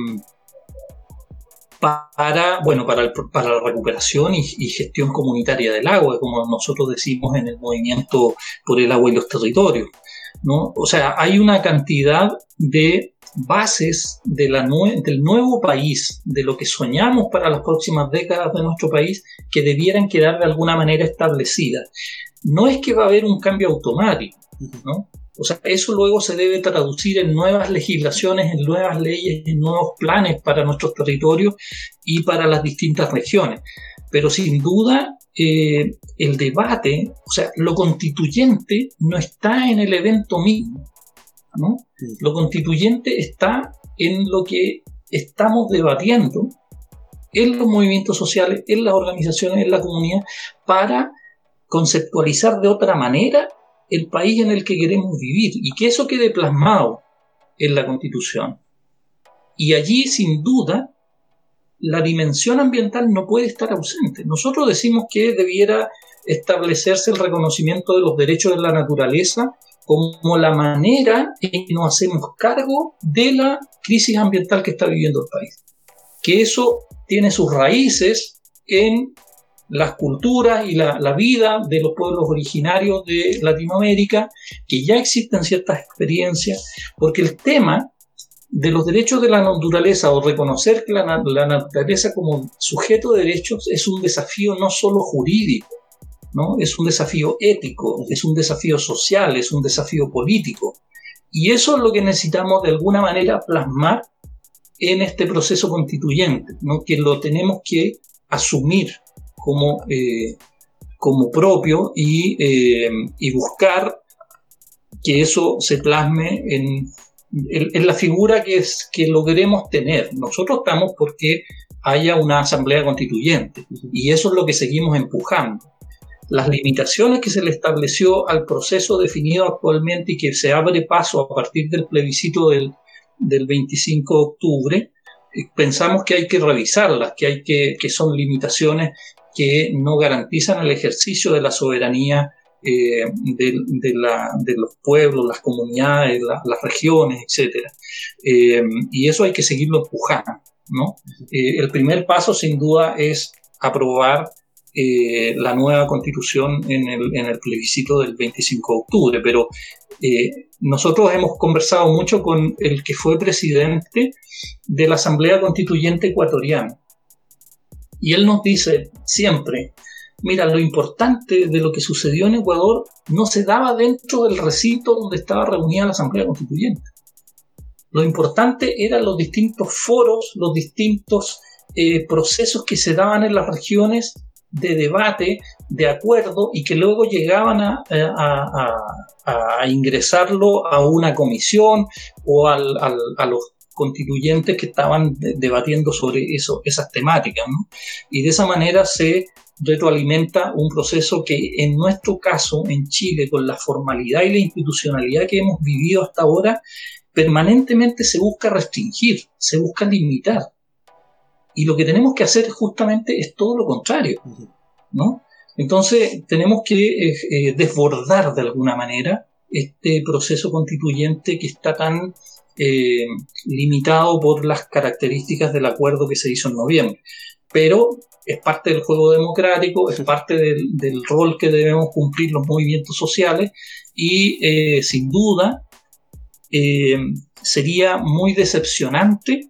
S4: para, bueno, para, el, para la recuperación y, y gestión comunitaria del agua, como nosotros decimos en el movimiento por el agua y los territorios, ¿no? O sea, hay una cantidad de bases de la nue- del nuevo país, de lo que soñamos para las próximas décadas de nuestro país, que debieran quedar de alguna manera establecidas. No es que va a haber un cambio automático, ¿no? O sea, eso luego se debe traducir en nuevas legislaciones, en nuevas leyes, en nuevos planes para nuestros territorios y para las distintas regiones. Pero sin duda, eh, el debate, o sea, lo constituyente no está en el evento mismo, ¿no? Lo constituyente está en lo que estamos debatiendo en los movimientos sociales, en las organizaciones, en la comunidad, para conceptualizar de otra manera el país en el que queremos vivir y que eso quede plasmado en la Constitución. Y allí, sin duda, la dimensión ambiental no puede estar ausente. Nosotros decimos que debiera establecerse el reconocimiento de los derechos de la naturaleza como la manera en que nos hacemos cargo de la crisis ambiental que está viviendo el país. Que eso tiene sus raíces en las culturas y la, la vida de los pueblos originarios de Latinoamérica, que ya existen ciertas experiencias, porque el tema de los derechos de la naturaleza o reconocer que la, la naturaleza como sujeto de derechos es un desafío no solo jurídico, ¿no? Es un desafío ético, es un desafío social, es un desafío político. Y eso es lo que necesitamos de alguna manera plasmar en este proceso constituyente, ¿no? Que lo tenemos que asumir como, eh, como propio y, eh, y buscar que eso se plasme en, es la figura que, es, que logremos tener. Nosotros estamos porque haya una asamblea constituyente, y eso es lo que seguimos empujando. Las limitaciones que se le estableció al proceso definido actualmente y que se abre paso a partir del plebiscito del, del veinticinco de octubre, pensamos que hay que revisarlas, que, hay que, que son limitaciones que no garantizan el ejercicio de la soberanía eh, de, de, la, de los pueblos, las comunidades, la, las regiones, etcétera. Eh, y eso hay que seguirlo empujando, ¿no? Eh, el primer paso, sin duda, es aprobar eh, la nueva constitución en el, en el plebiscito del veinticinco de octubre, pero eh, nosotros hemos conversado mucho con el que fue presidente de la Asamblea Constituyente Ecuatoriana, y él nos dice siempre: mira, lo importante de lo que sucedió en Ecuador no se daba dentro del recinto donde estaba reunida la Asamblea Constituyente. Lo importante eran los distintos foros, los distintos eh, procesos que se daban en las regiones de debate, de acuerdo, y que luego llegaban a, a, a, a ingresarlo a una comisión o al, al, a los constituyentes que estaban de, debatiendo sobre eso, esas temáticas, ¿no? Y de esa manera se retroalimenta un proceso que en nuestro caso, en Chile, con la formalidad y la institucionalidad que hemos vivido hasta ahora, permanentemente se busca restringir, se busca limitar. Y lo que tenemos que hacer justamente es todo lo contrario, ¿no? Entonces tenemos que eh, eh, desbordar de alguna manera este proceso constituyente que está tan eh, limitado por las características del acuerdo que se hizo en noviembre. Pero es parte del juego democrático, es parte del, del rol que debemos cumplir los movimientos sociales, y eh, sin duda eh, sería muy decepcionante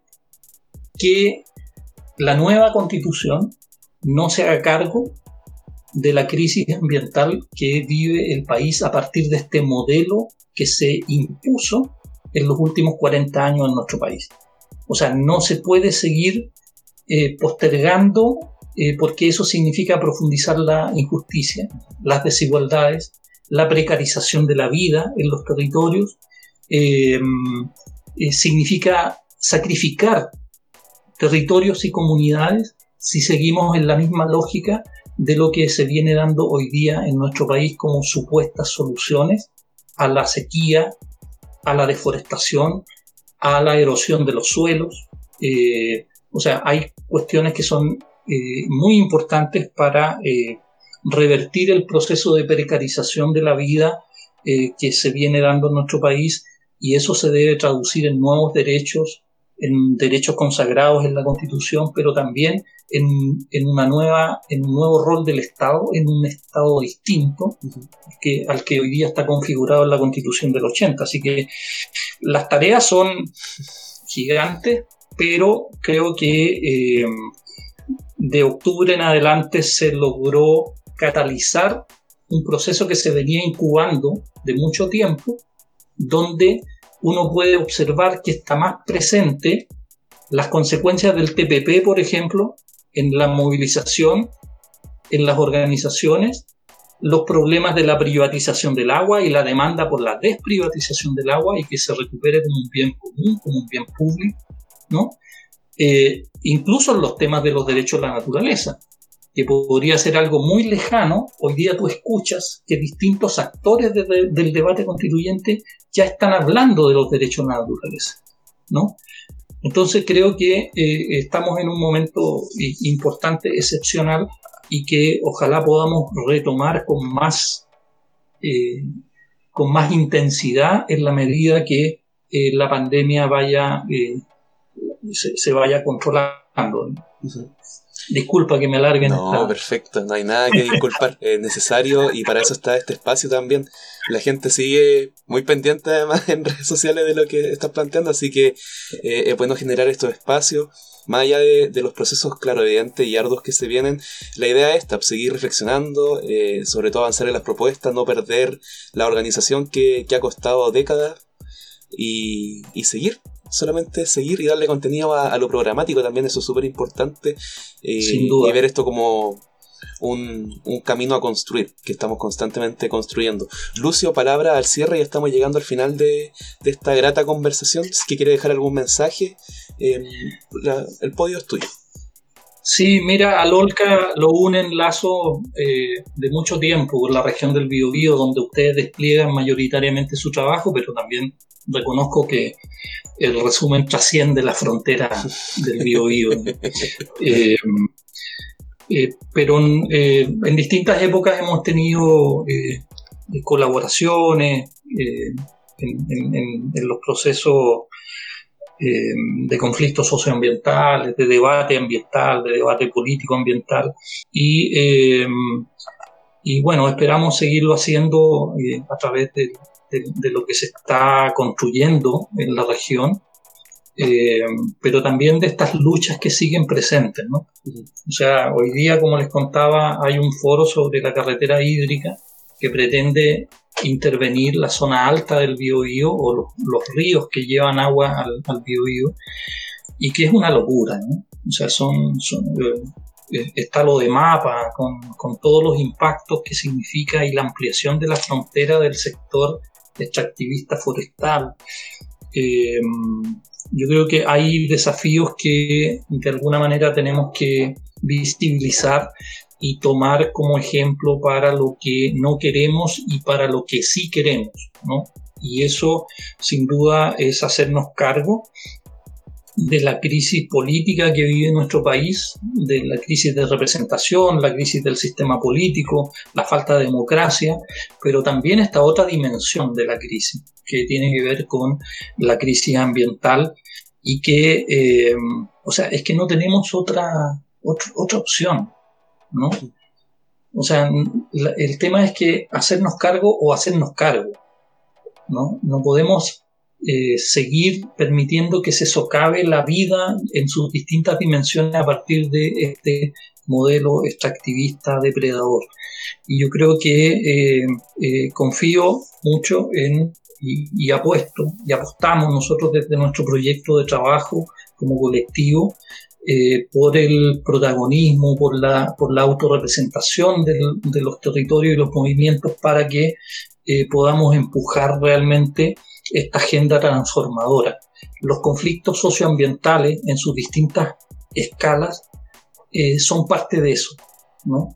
S4: que la nueva constitución no se haga cargo de la crisis ambiental que vive el país a partir de este modelo que se impuso en los últimos cuarenta años en nuestro país. O sea, no se puede seguir eh, postergando eh, porque eso significa profundizar la injusticia, las desigualdades, la precarización de la vida en los territorios, eh, eh, significa sacrificar territorios y comunidades si seguimos en la misma lógica de lo que se viene dando hoy día en nuestro país como supuestas soluciones a la sequía, a la deforestación, a la erosión de los suelos. Eh, o sea, hay cuestiones que son eh, muy importantes para eh, revertir el proceso de precarización de la vida eh, que se viene dando en nuestro país, y eso se debe traducir en nuevos derechos, en derechos consagrados en la Constitución, pero también en, en, una nueva, en un nuevo rol del Estado, en un Estado distinto que, al que hoy día está configurado en la Constitución del ochenta. Así que las tareas son gigantes, pero creo que eh, de octubre en adelante se logró catalizar un proceso que se venía incubando de mucho tiempo, donde uno puede observar que está más presente las consecuencias del T P P, por ejemplo, en la movilización, en las organizaciones, los problemas de la privatización del agua y la demanda por la desprivatización del agua y que se recupere como un bien común, como un bien público, ¿no? Eh, incluso en los temas de los derechos a la naturaleza, que podría ser algo muy lejano. Hoy día tú escuchas que distintos actores de, de, del debate constituyente ya están hablando de los derechos a la naturaleza, ¿no? Entonces creo que eh, estamos en un momento importante, excepcional, y que ojalá podamos retomar con más, eh, con más intensidad en la medida que eh, la pandemia vaya, eh, se, se vaya controlando, ¿no? Uh-huh. Disculpa que me alarguen.
S2: No, esta... perfecto, no hay nada que disculpar, es necesario, y para eso está este espacio también. La gente sigue muy pendiente además en redes sociales de lo que estás planteando, así que eh, es bueno generar estos espacios. Más allá de, de los procesos, claro, evidentes y arduos que se vienen, la idea es esta, seguir reflexionando, eh, sobre todo avanzar en las propuestas, no perder la organización que, que ha costado décadas, y, y seguir. Solamente seguir y darle contenido a, a lo programático también, eso es súper importante, eh,
S4: Sin duda.
S2: Y ver esto como, un, un camino a construir, que estamos constantemente construyendo. Lucio, palabra al cierre, ya estamos llegando al final de, de esta grata conversación. Si que quiere dejar algún mensaje, eh, la, el podio es tuyo.
S4: Sí, mira, a Lolca lo unen lazos eh, de mucho tiempo con la región del Biobío, donde ustedes despliegan mayoritariamente su trabajo, pero también reconozco que el resumen trasciende la frontera del Biobío. eh, eh, pero eh, en distintas épocas hemos tenido eh, colaboraciones eh, en, en, en, en los procesos Eh, de conflictos socioambientales, de debate ambiental, de debate político ambiental y, eh, y bueno, esperamos seguirlo haciendo eh, a través de, de, de lo que se está construyendo en la región, eh, pero también de estas luchas que siguen presentes, ¿no? O sea, hoy día, como les contaba, hay un foro sobre la carretera hídrica que pretende intervenir la zona alta del Biobío o los, los ríos que llevan agua al, al Biobío, y que es una locura, ¿no? O sea, son, son eh, está lo de Mapa con, con todos los impactos que significa y la ampliación de la frontera del sector extractivista forestal. Eh, yo creo que hay desafíos que de alguna manera tenemos que visibilizar y tomar como ejemplo para lo que no queremos y para lo que sí queremos, ¿no? Y eso, sin duda, es hacernos cargo de la crisis política que vive nuestro país, de la crisis de representación, la crisis del sistema político, la falta de democracia, pero también esta otra dimensión de la crisis, que tiene que ver con la crisis ambiental y que, eh, o sea, es que no tenemos otra, otra, otra opción, ¿no? O sea, la, el tema es que hacernos cargo o hacernos cargo, ¿no? No podemos eh, seguir permitiendo que se socave la vida en sus distintas dimensiones a partir de este modelo extractivista depredador. Y yo creo que eh, eh, confío mucho en y, y apuesto y apostamos nosotros desde nuestro proyecto de trabajo como colectivo Eh, por el protagonismo, por la, por la autorrepresentación del, de los territorios y los movimientos para que eh, podamos empujar realmente esta agenda transformadora. Los conflictos socioambientales en sus distintas escalas eh, son parte de eso, ¿no?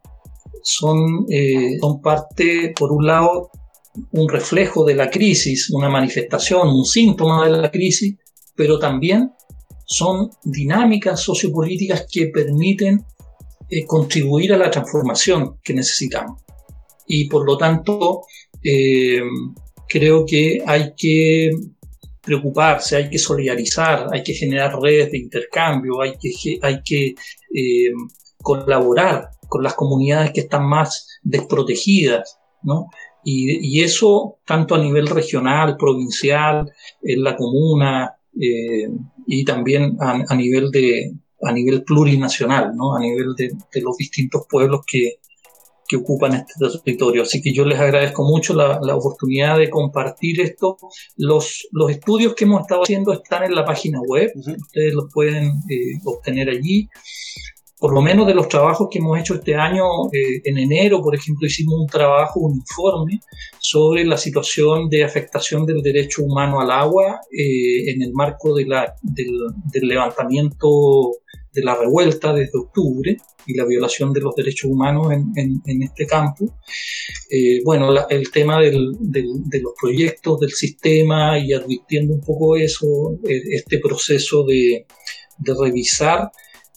S4: Son, eh, son parte, por un lado, un reflejo de la crisis, una manifestación, un síntoma de la crisis, pero también son dinámicas sociopolíticas que permiten eh, contribuir a la transformación que necesitamos. Y por lo tanto, eh, creo que hay que preocuparse, hay que solidarizar, hay que generar redes de intercambio, hay que, hay que eh, colaborar con las comunidades que están más desprotegidas, ¿no? Y, y eso tanto a nivel regional, provincial, en la comuna, eh, y también a, a nivel de a nivel plurinacional, ¿no? A nivel de, de los distintos pueblos que, que ocupan este territorio. Así que yo les agradezco mucho la, la oportunidad de compartir esto. Los, los estudios que hemos estado haciendo están en la página web, uh-huh. Ustedes los pueden eh, obtener allí. Por lo menos de los trabajos que hemos hecho este año, eh, en enero, por ejemplo, hicimos un trabajo, un informe sobre la situación de afectación del derecho humano al agua eh, en el marco de la, del, del levantamiento de la revuelta desde octubre y la violación de los derechos humanos en, en, en este campo. Eh, bueno, la, el tema del, del, de los proyectos del sistema y advirtiendo un poco eso, eh, este proceso de, de revisar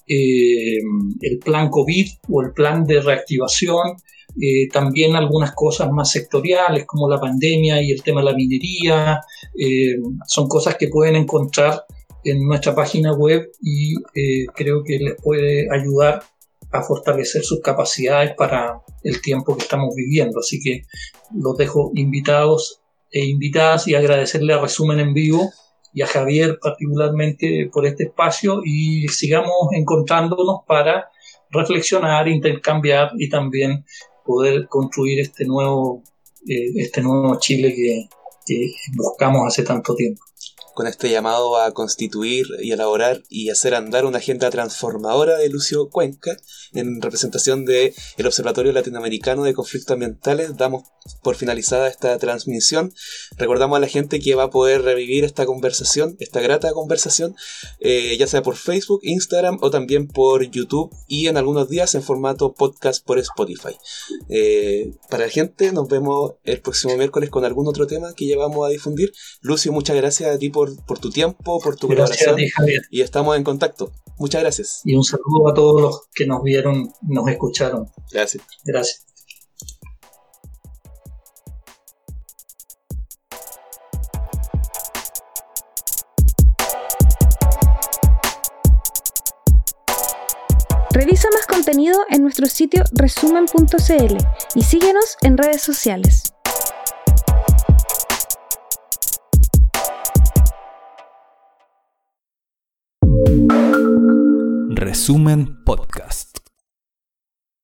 S4: Eh, el plan COVID o el plan de reactivación, eh, también algunas cosas más sectoriales como la pandemia y el tema de la minería, eh, son cosas que pueden encontrar en nuestra página web y eh, creo que les puede ayudar a fortalecer sus capacidades para el tiempo que estamos viviendo. Así que los dejo invitados e invitadas y agradecerle a Resumen en Vivo y a Javier particularmente por este espacio, y sigamos encontrándonos para reflexionar, intercambiar y también poder construir este nuevo, eh, este nuevo Chile que, que buscamos hace tanto tiempo.
S2: con este llamado a constituir y elaborar y hacer andar una agenda transformadora de Lucio Cuenca, en representación del Observatorio Latinoamericano de Conflictos Ambientales, damos por finalizada esta transmisión. Recordamos a la gente que va a poder revivir esta conversación, esta grata conversación, eh, ya sea por Facebook, Instagram o también por YouTube, y en algunos días en formato podcast por Spotify. Eh, para la gente, nos vemos el próximo miércoles con algún otro tema que llevamos a difundir. Lucio, muchas gracias a ti por, por tu tiempo, por tu
S4: gracias
S2: colaboración.
S4: A ti, Javier.
S2: Y estamos en contacto. Muchas gracias.
S4: Y un saludo a todos los que nos vieron, nos escucharon.
S2: Gracias.
S4: Gracias.
S1: Revisa más contenido en nuestro sitio resumen punto c l y síguenos en redes sociales.
S3: Resumen Podcast.